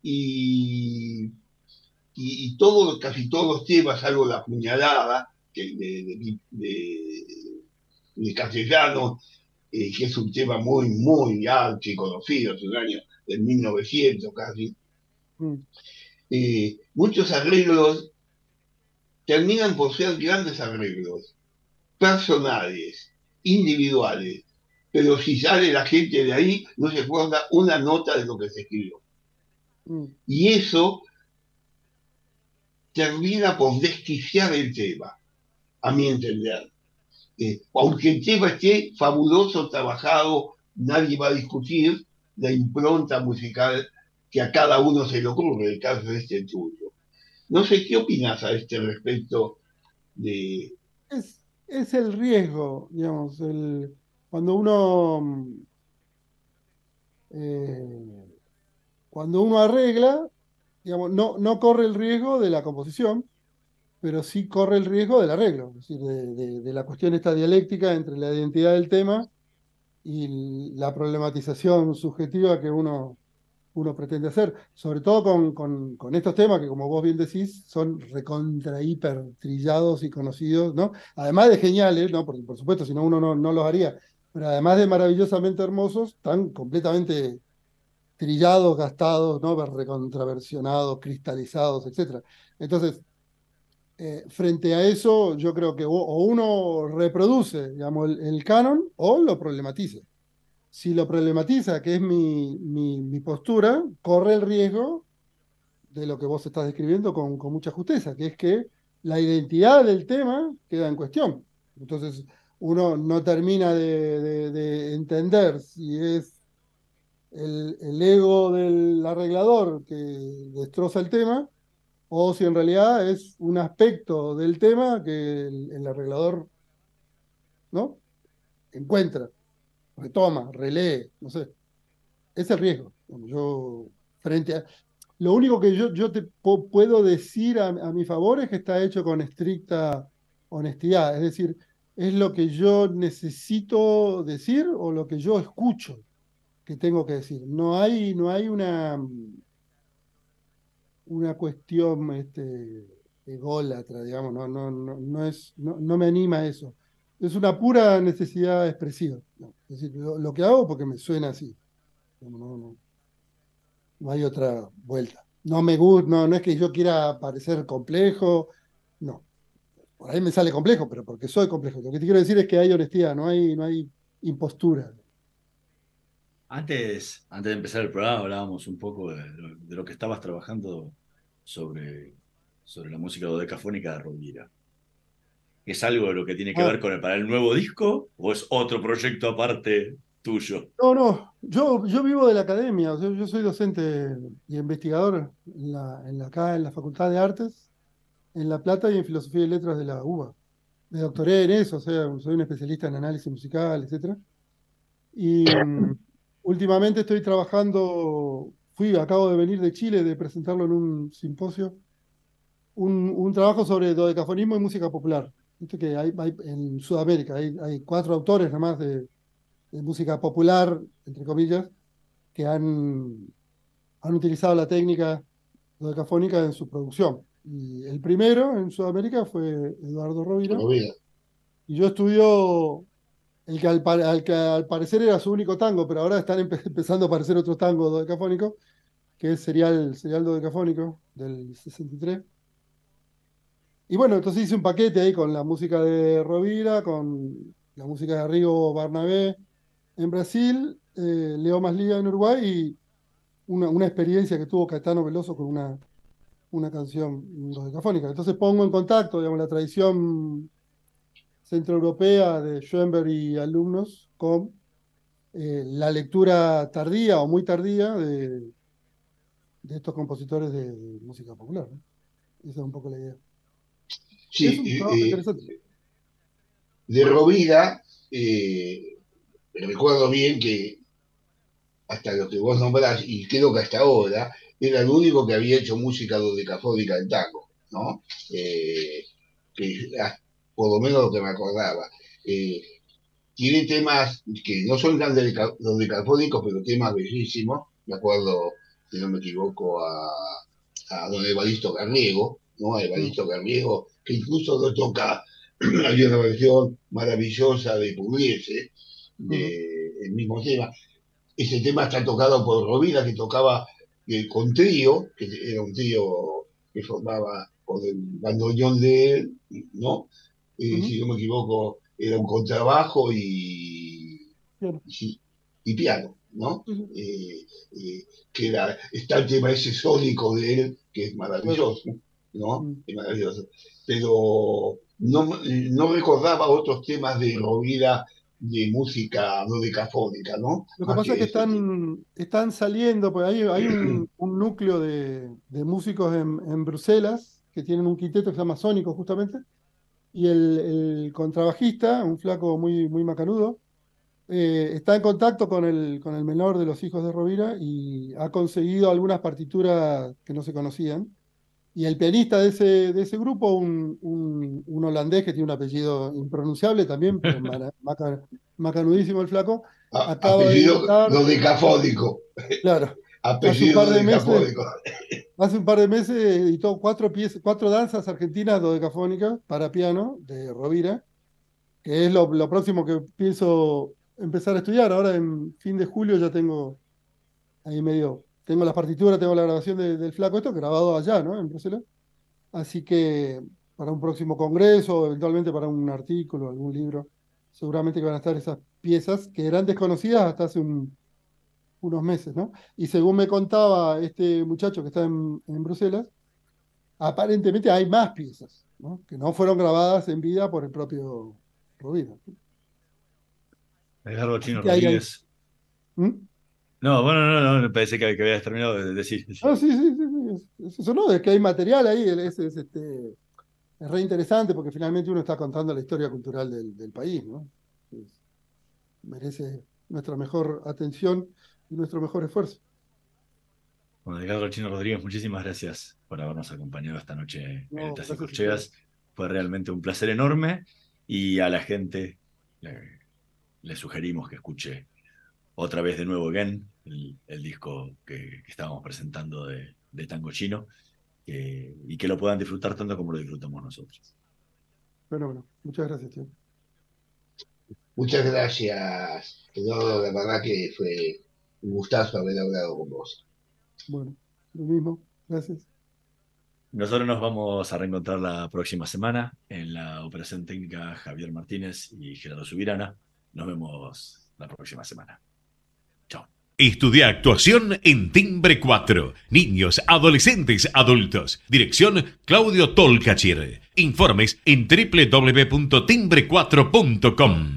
Y casi todos los temas, salvo La Puñalada, de Castellano, que es un tema muy, muy alto y conocido, es un año del 1900 casi. Muchos arreglos terminan por ser grandes arreglos, personales, individuales, pero si sale la gente de ahí, no se acuerda una nota de lo que se escribió. Y eso termina por desquiciar el tema, a mi entender. Aunque el tema esté fabuloso, trabajado, nadie va a discutir la impronta musical que a cada uno se le ocurre, el caso de este tuyo. No sé, ¿qué opinas a este respecto de...? Es el riesgo, digamos, cuando uno arregla, digamos, no corre el riesgo de la composición, pero sí corre el riesgo del arreglo, es decir, de la cuestión esta dialéctica entre la identidad del tema y la problematización subjetiva que uno pretende hacer, sobre todo con estos temas que, como vos bien decís, son recontra hiper trillados y conocidos, ¿no? Además de geniales, ¿no? Por supuesto, si no uno no los haría, pero además de maravillosamente hermosos, están completamente trillados, gastados, ¿no? Recontraversionados, cristalizados, etc. Entonces, frente a eso, yo creo que o uno reproduce, digamos, el canon o lo problematiza. Si lo problematiza, que es mi postura, corre el riesgo de lo que vos estás describiendo con mucha justeza, que es que la identidad del tema queda en cuestión. Entonces, uno no termina de entender si es el ego del arreglador que destroza el tema, o si en realidad es un aspecto del tema que el arreglador, ¿no?, encuentra, retoma, relee, no sé. Es el riesgo. Yo, lo único que yo te puedo decir a mi favor es que está hecho con estricta honestidad. Es decir, es lo que yo necesito decir o lo que yo escucho que tengo que decir. No hay una cuestión ególatra, digamos, no me anima a eso. Es una pura necesidad expresiva, ¿no? Es decir, lo que hago porque me suena así. No hay otra vuelta. No me gusta, no es que yo quiera parecer complejo, no. Por ahí me sale complejo, pero porque soy complejo. Lo que te quiero decir es que hay honestidad, no hay impostura. Antes de empezar el programa hablábamos un poco de lo que estabas trabajando sobre la música dodecafónica de Rovira. ¿Es algo de lo que tiene que ver para el nuevo disco o es otro proyecto aparte tuyo? No, yo vivo de la academia, o sea, yo soy docente y investigador acá en la Facultad de Artes, en La Plata, y en Filosofía y Letras de la UBA. Me doctoré en eso, o sea, soy un especialista en análisis musical, etc. Y últimamente estoy trabajando, acabo de venir de Chile, de presentarlo en un simposio, un trabajo sobre dodecafonismo y música popular. Viste que hay en Sudamérica hay 4 autores nada más de música popular, entre comillas, que han utilizado la técnica dodecafónica en su producción. Y el primero en Sudamérica fue Eduardo Rovira. Y yo estudio el que al parecer era su único tango, pero ahora están empezando a aparecer otros tangos dodecafónicos, que es Serial Dodecafónico del 63. Y bueno, entonces hice un paquete ahí con la música de Rovira, con la música de Rigo Barnabé en Brasil, Leo Masliga en Uruguay, y una experiencia que tuvo Caetano Veloso con una canción dodecafónica. Entonces pongo en contacto, digamos, la tradición centroeuropea de Schoenberg y alumnos con la lectura tardía o muy tardía de estos compositores de música popular, ¿no? Esa es un poco la idea. Sí, es un trabajo interesante. De Rovira, recuerdo bien que hasta lo que vos nombrás, y creo que hasta ahora, era el único que había hecho música dodecafónica en tango, ¿no? Por lo menos lo que me acordaba. Tiene temas que no son tan dodecafónicos, pero temas bellísimos. Me acuerdo, si no me equivoco, a don Evaristo Carriego, ¿no? A Evaristo Carriego, que incluso lo toca, hay una versión maravillosa de Pugliese, el mismo tema. Ese tema está tocado por Rovira, que tocaba con trío, que era un trío que formaba con el bandoneón de él, ¿no? Si no me equivoco, era un contrabajo y piano, ¿no? Que está el tema ese sónico de él, que es maravilloso, ¿no? Es maravilloso. Pero no recordaba otros temas de Rovira de música dodecafónica, ¿no? Lo que pasa es que están saliendo, pues hay un núcleo de músicos en Bruselas que tienen un quinteto que se llama Sónico, justamente, y el contrabajista, un flaco muy, muy macanudo, está en contacto con el menor de los hijos de Rovira y ha conseguido algunas partituras que no se conocían. Y el pianista de ese grupo, un holandés que tiene un apellido impronunciable también, pero macanudísimo el flaco, acaba de editar, dodecafónico. Claro. Hace un par de meses editó 4 danzas argentinas dodecafónicas para piano de Rovira, que es lo próximo que pienso empezar a estudiar. Ahora en fin de julio ya tengo ahí tengo las partituras, tengo la grabación del flaco esto, grabado allá, ¿no? En Bruselas. Así que para un próximo congreso, eventualmente para un artículo, algún libro, seguramente que van a estar esas piezas que eran desconocidas hasta hace unos meses, ¿no? Y según me contaba este muchacho que está en Bruselas, aparentemente hay más piezas, ¿no? Que no fueron grabadas en vida por el propio Rovira. Edgardo Chino Rodríguez. No, bueno, no, me parece que habías terminado de decir. Ah, sí. Eso no, es que hay material ahí, es re interesante porque finalmente uno está contando la historia cultural del país, ¿no? Merece nuestra mejor atención y nuestro mejor esfuerzo. Bueno, Edgardo Chino Rodríguez, muchísimas gracias por habernos acompañado esta noche en Letras y Corcheas. Fue realmente un placer enorme y a la gente le sugerimos que escuche otra vez de nuevo Again, el disco que estábamos presentando de tango chino, y que lo puedan disfrutar tanto como lo disfrutamos nosotros. Bueno, muchas gracias, tío. Muchas gracias. No, la verdad que fue un gustazo haber hablado con vos. Bueno, lo mismo. Gracias. Nosotros nos vamos a reencontrar la próxima semana en la operación técnica Javier Martínez y Gerardo Subirana. Nos vemos la próxima semana. Chao. Estudia actuación en Timbre 4. Niños, adolescentes, adultos. Dirección Claudio Tolcachir. Informes en www.timbre4.com.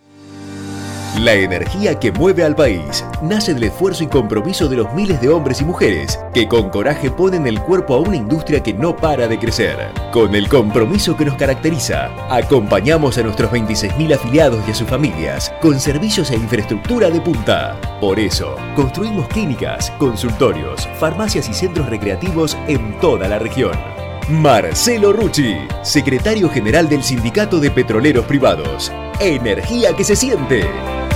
La energía que mueve al país nace del esfuerzo y compromiso de los miles de hombres y mujeres que con coraje ponen el cuerpo a una industria que no para de crecer. Con el compromiso que nos caracteriza, acompañamos a nuestros 26.000 afiliados y a sus familias con servicios e infraestructura de punta. Por eso, construimos clínicas, consultorios, farmacias y centros recreativos en toda la región. Marcelo Rucci, secretario general del Sindicato de Petroleros Privados. Energía que se siente.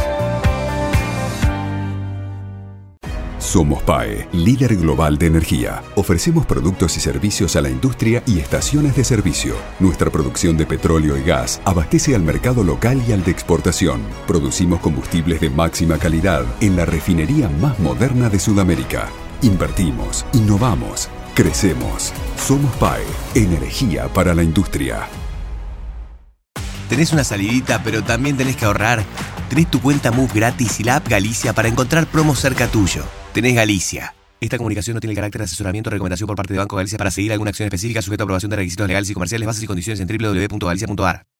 Somos PAE, líder global de energía. Ofrecemos productos y servicios a la industria y estaciones de servicio. Nuestra producción de petróleo y gas abastece al mercado local y al de exportación. Producimos combustibles de máxima calidad en la refinería más moderna de Sudamérica. Invertimos, innovamos, crecemos. Somos PAE, energía para la industria. ¿Tenés una salidita pero también tenés que ahorrar? Tenés tu cuenta Move gratis y la app Galicia para encontrar promos cerca tuyo. Tenés Galicia. Esta comunicación no tiene el carácter de asesoramiento o recomendación por parte de Banco Galicia para seguir alguna acción específica sujeta a aprobación de requisitos legales y comerciales, bases y condiciones en www.galicia.ar.